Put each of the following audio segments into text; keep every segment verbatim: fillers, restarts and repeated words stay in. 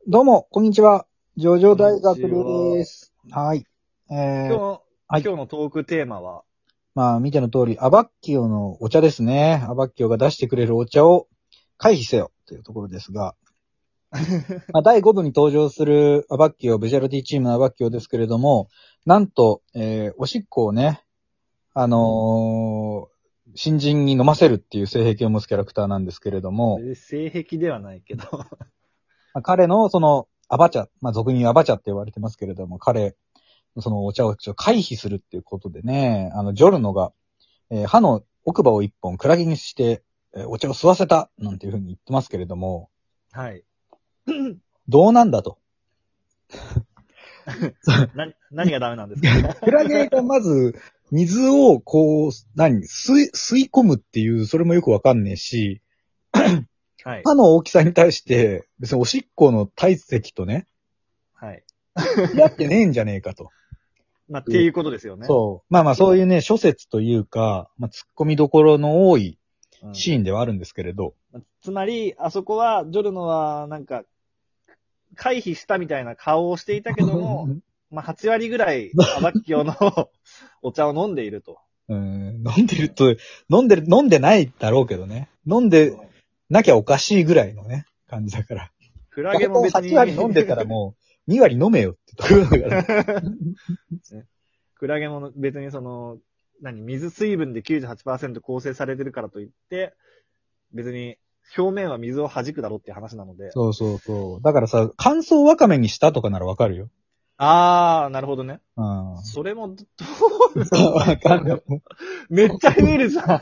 どうも、こんにちは。上場大学です。はい。えー、 今日の、 はい、 今日のトークテーマは、 まあ、見ての通り、アバッキオのお茶ですね。アバッキオが出してくれるお茶を回避せよというところですが、まあ、だいご部に登場するアバッキオ、ベジャルティチームのアバッキオですけれども、なんと、えー、おしっこをね、あのー、新人に飲ませるっていう性癖を持つキャラクターなんですけれども、 性癖ではないけど、 まあ、彼のその、アバ茶、まあ、俗にアバ茶って言われてますけれども、彼、そのお茶をちょっと回避するっていうことでね、あの、ジョルノが、えー歯の奥歯を一本クラゲにして、えーお茶を吸わせた、なんていうふうに言ってますけれども、 はい。 どうなんだと。 な、何がダメなんですか？ クラゲがまず、水をこう、何、吸い、吸い込むっていう、それもよくわかんねえし、 はい。 歯の大きさに対して、別におしっこの体積とね、 はい。 やってねえんじゃねえかと。 まあ、っていうことですよね。 そう。まあまあそういうね、諸説というか、まあ突っ込みどころの多いうんシーンではあるんですけれど。 つまり、あそこは、ジョルノは、なんか、回避したみたいな顔をしていたけども、まあ、はち割ぐらい、アバッキオのお茶を飲んでいると。 うん、飲んでると、飲んでる、飲んでないだろうけどね。飲んでなきゃおかしいぐらいのね、感じだから。 クラゲも別に。 はち割飲んでたらもう、に割飲めよってところだから。 クラゲも別にその、何、水水分で きゅうじゅうはちパーセント 構成されてるからといって、別に表面は水を弾くだろうっていう話なので。 そうそうそう。だからさ、乾燥わかめにしたとかならわかるよ。 あー、なるほどね。 うん。 それも、どそう、わかんない。 めっちゃ増えるじゃん。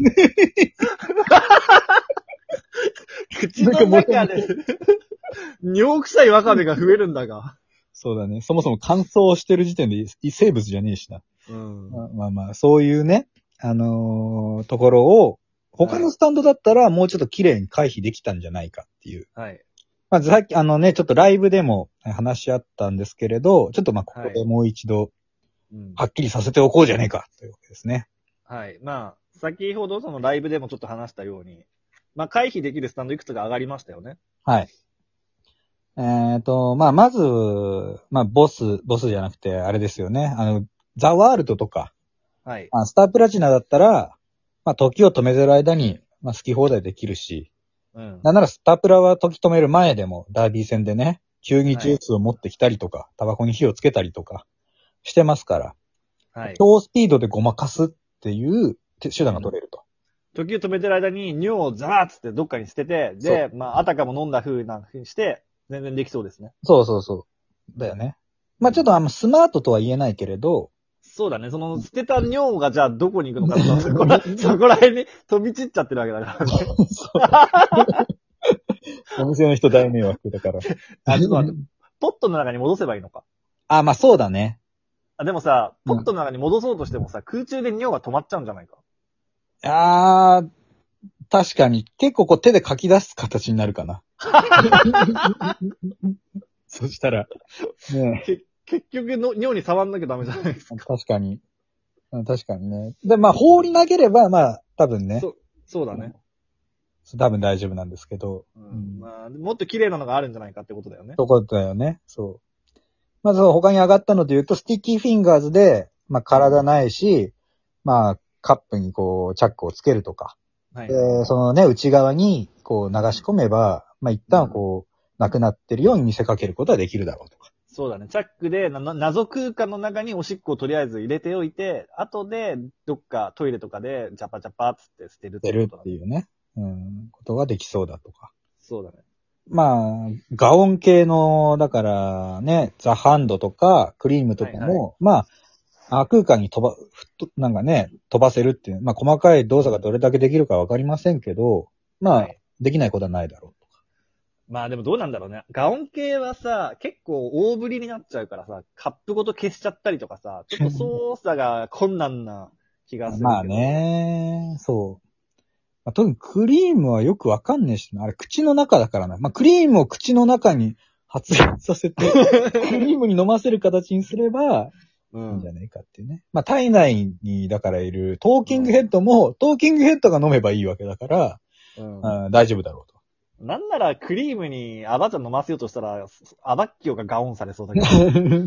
口の中で、尿臭いわかめが増えるんだが。 そうだね。そもそも乾燥してる時点で生物じゃねえしな。 うん。 まあまあまあ、そういうね、あのーところを、他のスタンドだったらもうちょっと綺麗に回避できたんじゃないかっていう。 はい。 まずさっき、あのね、ちょっとライブでも話し合ったんですけれど、ちょっとまあここでもう一度、 うん。 はっきりさせておこうじゃねえか、というわけですね。 はい。まあ、先ほどそのライブでもちょっと話したように、まあ回避できるスタンドいくつか上がりましたよね。 はい。えっと、まあまず、まあボス、ボスじゃなくて、あれですよね。あの、ザ・ワールドとか、 はい。 まあ、スタープラチナだったら、まあ時を止めてる間に、まあ好き放題できるし、 うん。 なんならスタープラは時止める前でもダービー戦でね、急にジュースを持ってきたりとか、タバコに火をつけたりとかしてますから、 はい。 超スピードでごまかすっていう手段が取れると。 時を止めてる間に尿をザーッつってどっかに捨てて、で、まあ、あたかも飲んだ風な風にして、全然できそうですね。 そうそうそう。だよね。まあちょっとあんまスマートとは言えないけれど、 そうだね。その捨てた尿がじゃあどこに行くのかとか、そこら、そこら辺に飛び散っちゃってるわけだからね。 お店の人大迷惑だから。 あ、ちょっと待って。ポットの中に戻せばいいのか。 あ、まあそうだね。 あ、でもさ、ポットの中に戻そうとしてもさ、空中で尿が止まっちゃうんじゃないか。 あー、確かに結構こう手で書き出す形になるかな。そしたら、ねけ結局の尿に触んなきゃダメじゃないですか。 確かに。うん確かにね。で、まあ放り投げれば、まあ多分ね。 そう、そうだね。 多分大丈夫なんですけど。 ううんん。まあ、もっと綺麗なのがあるんじゃないかってことだよね。 とこだよね。そう。まず他に上がったので言うと、スティッキーフィンガーズで、まあ体ないし、まあカップにこうチャックをつけるとか。 はい。 で、そのね、内側にこう流し込めば、まあ一旦こう、なくなってるように見せかけることはできるだろうとか。 そうだね。チャックでなな謎空間の中におしっこをとりあえず入れておいて、後でどっかトイレとかでジャパジャパっつって捨てるって出ることだね。 っていうね。うん、ことができそうだとか。 そうだね。 まあ、ガオン系の、だからね、ザ・ハンドとか、クリームとかも、 はいはまあ、あ空間に飛ば、ふっと、なんかね、飛ばせるっていう、まあ細かい動作がどれだけできるかわかりませんけど、まあ、 はいできないことはないだろうとか。 まあでもどうなんだろうね。ガオン系はさ、結構大振りになっちゃうからさ、カップごと消しちゃったりとかさ、ちょっと操作が困難な気がするけど。 まあね、そう。まあ、特にクリームはよくわかんねえしな、あれ口の中だからな。まあクリームを口の中に発現させて、クリームに飲ませる形にすれば、 ういいんじゃん。 ないかっていうね。まあ体内にだからいるトーキングヘッドも、トーキングヘッドが飲めばいいわけだから、 うん。 うん、大丈夫だろうと。 なんならクリームにアバちゃん飲ませようとしたら、アバッキオがガオンされそうだけど。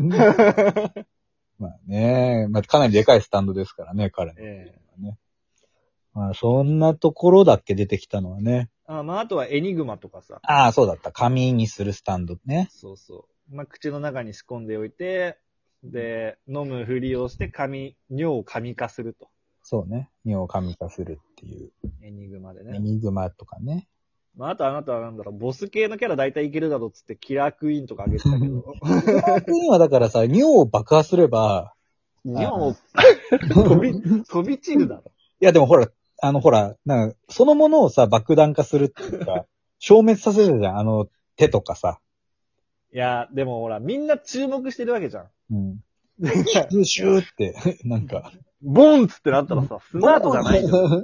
まあね、まあかなりでかいスタンドですからね、彼の、 ええね。まあそんなところだっけ出てきたのはね。 あまあ、あとはエニグマとかさ。 ああ、そうだった。紙にするスタンドね。 そうそう。まあ、口の中に仕込んでおいて、で、飲むふりをして紙、尿を紙化すると。 そうね。尿を紙化するっていう。 エニグマでエね。 ニグマとかね。 まあ、あとあなたはなんだろう、ボス系のキャラ大体いけるだろうっつってキラークイーンとかあげてたけど。 キラークイーンはだからさ、尿を爆破すれば、 尿を飛び、飛び散るだろ。 いやでもほら、あのほら、なんか、そのものをさ、爆弾化するっていうか、消滅させるじゃん。あの、手とかさ。 いや、でもほら、みんな注目してるわけじゃん。 うん。シューって、なんか。 ボンっつってなったらさ、スマートじゃないじゃん。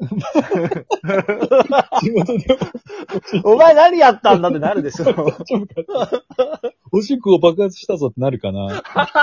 仕事でお前何やったんだってなるでしょ。 おしっこを爆発したぞってなるかな。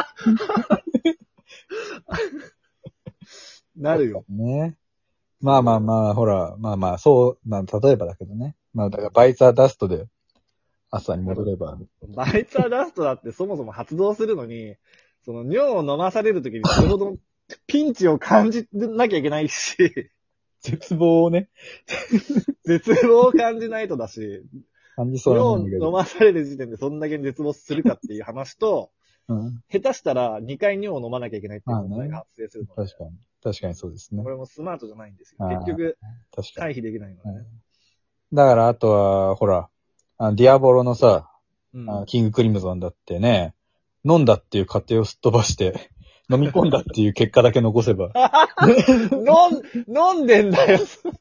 なるよ。 ね。まあまあまあ、ほら、まあまあ、そう、まあ、例えばだけどね。まあ、だから、バイザーダストで、朝に戻れば。 バイツァーダストだってそもそも発動するのに、その尿を飲まされるときにそれほどピンチを感じなきゃいけないし、 絶望をね、 絶望を感じないとだし、 感じそうなもんだけど。 尿を飲まされる時点でそんだけ絶望するかっていう話と、 うん。 下手したらにかい尿を飲まなきゃいけないっていう問題が発生するので、 確かに。確かにそうですねこ。れもスマートじゃないんですよ。 あー結局、 確かに。 回避できないのでね。 だから、あとは、ほら、あのディアボロのさ、 うんあのキングクリムゾンだってね、飲んだっていう過程をすっ飛ばして、飲み込んだっていう結果だけ残せば。 飲ん、飲んでんだよ。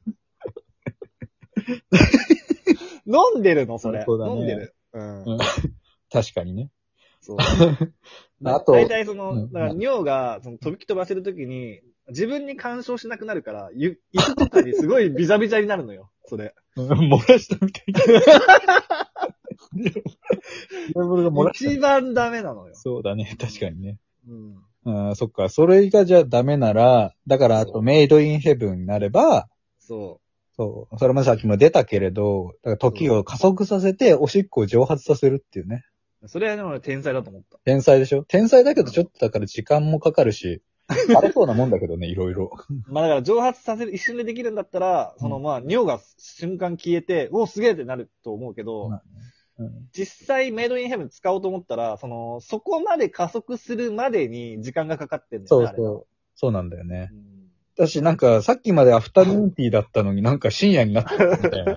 飲んでるのそれ。 そうだね飲んでる。うん。 うん確かにね。 そう。 あと大体その、 うんだから尿がその飛び飛ばせるときに、自分に干渉しなくなるから、ゆ椅子とかにすごいビザビザになるのよ、それ。 うん漏らしたみたいな。ディアボロが漏らした。 一番ダメなのよ。 そうだね、確かにね。 うん。 うん、そっか。それがじゃあダメなら、だからあとそうメイドインヘブンになれば、 そそう。それもさっきも出たけれど、だから時を加速させて、おしっこを蒸発させるっていうね。 う。それはね、俺天才だと思った。 天才でしょ天才だけどちょっとだから時間もかかるし、あれそうなもんだけどね、いろいろ。 まあだから蒸発させる、一瞬でできるんだったら、そのまあ尿が瞬間消えて、おおすげえってなると思うけど、 まあねうん、 実際メイドインヘブン使おうと思ったら、その、そこまで加速するまでに時間がかかってんだよね、あれそうそう。そうなんだよね。 うん私なんかさっきまでアフタヌーンティーだったのになんか深夜になってるみたいな。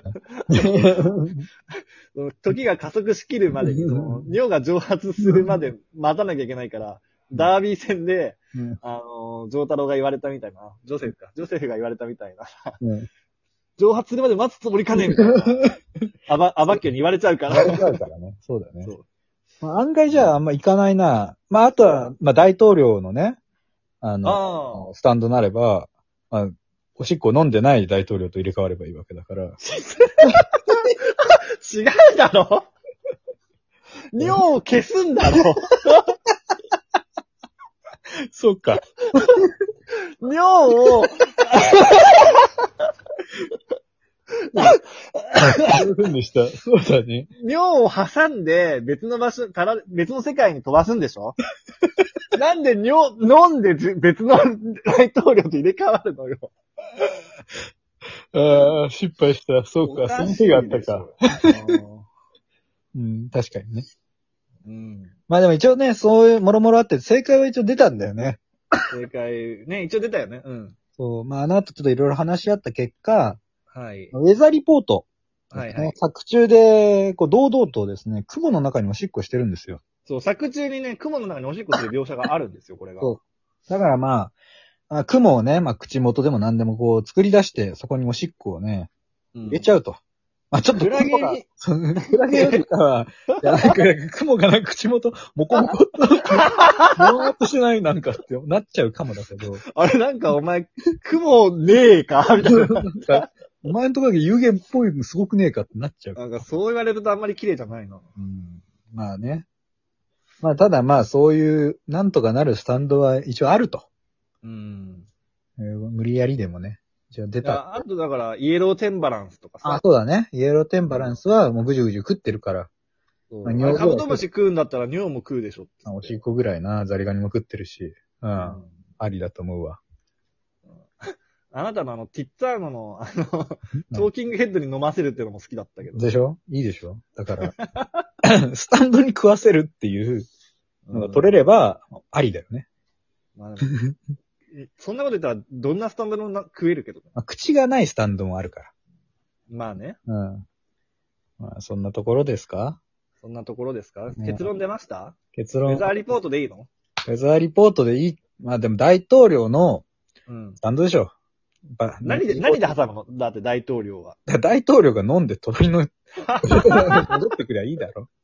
その時が加速しきるまでに、その、尿が蒸発するまで待たなきゃいけないから、ダービー戦で、 うんあの、ジョータロが言われたみたいな、ジョセフか、ジョセフが言われたみたいな、 うん蒸発するまで待つつもりかねみたいな、アバ、アバッキョに言われちゃうから。 言われちゃうからね。そうだよね。 そうまあ、案外じゃああんま行かないな。まああとは、まあ大統領のね、あの、 あスタンドなれば、まあ、おしっこ飲んでない大統領と入れ替わればいいわけだから。 違うだろ尿を消すんだろそうか。 尿を、 そういうふうにした。そうだね。 尿を挟んで別の場所、たら別の世界に飛ばすんでしょなんで尿、飲んでず別の大統領と入れ替わるのよ。 ああ、失敗した。そうか、その手があったか。 か。 うん、確かにね。 うん。 まあでも一応ね、そういうもろもろあって正解は一応出たんだよね。 正解、ね、一応出たよね。うん。 そう、まああの後ちょっといろいろ話し合った結果、 はい。 ウェザーリポート。 はいはい。 作中で、こう、堂々とですね、雲の中におしっこしてるんですよ。 そう、作中にね、雲の中におしっこする描写があるんですよ、これが。 そうだからまあ、あ雲をね、まあ口元でも何でもこう作り出して、そこにおしっこをね、 うん入れちゃうと。まあちょっとクラゲ雲がに、 そうクラゲよりかは、いやなんか雲がなんか口元、もこもこっと、もーっとしてないなんかってなっちゃうかもだけど。 あれなんかお前、雲ねえかみたいな。 なんかお前んとこだけ有限っぽいのすごくねえかってなっちゃう。 なんかそう言われるとあんまり綺麗じゃないな。 うん、まあね。まあただまあそういう、なんとかなるスタンドは一応あると。 うん。 えー無理やりでもね。 じゃあ出いやた。 あとだから、イエローテンバランスとかあ、 さ。 そうだね。イエローテンバランスはもうぐじゅぐじゅ食ってるから。 そうまあ尿カブトムシ食うんだったら尿も食うでしょってまあおしっこぐらいな、ザリガニも食ってるし。うん。 うんありだと思うわ。 あなたのあの、ティッツァーノの、あの、トーキングヘッドに飲ませるっていうのも好きだったけど。 でしょいいでしょだから、スタンドに食わせるっていうのが取れれば、ありだよね。 まあでもそんなこと言ったら、どんなスタンドのな食えるけどね。 まあ、口がないスタンドもあるかまあね。 ら。うん。まあ、そんなところですかそんなところですか、 うん結論出ました結論。 ウェザーリポートでいいのウェザーリポートでいい。まあでも大統領のうんス。タンドでしょ。ば何で、何で挟むのだって大統領は。 大統領が飲んで鳥の、戻ってくりゃいいだろ。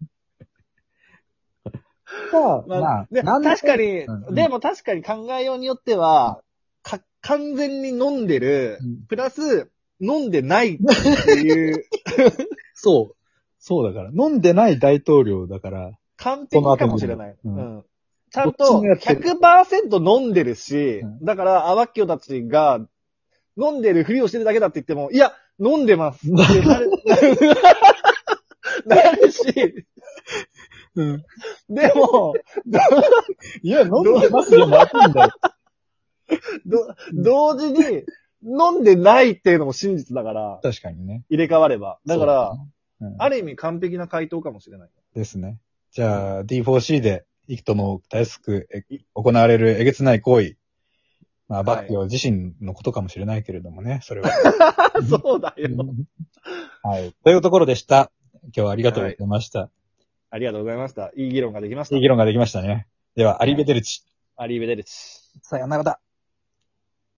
さあ、 まあ、 まあ、 でなんで確かに、 うんでも確かに考えようによっては、か、完全に飲んでる、 うんプラス、飲んでないっていう、 そう。そうだから。飲んでない大統領だから。 完璧かもしれない。 その後にうん。ちゃんどっちともやってるひゃくパーセント飲んでるし、 うんだから、アワッキョたちが、飲んでるふりをしてるだけだって言っても、いや、飲んでますってなる、なるし、 うん。 でも、 いや、飲んでますよ、まずいんだよ。 ど、同時に、飲んでないっていうのも真実だから、 確かにね。 入れ替われば。だから、 そうだね、うん、 ある意味完璧な回答かもしれない。 ですね。じゃあ、ディーフォーシー で、幾ともたやすくえ行われるえげつない行為。まあ、バッキョ自身のことかもしれないけれどもね、それは。 そうだよ。 はい。というところでした。今日はありがとうございました。 ありがとうございました。いい議論ができました。 いい議論ができましたね。では、アリベデルチ。 アリーベデルチ。 さよならだ。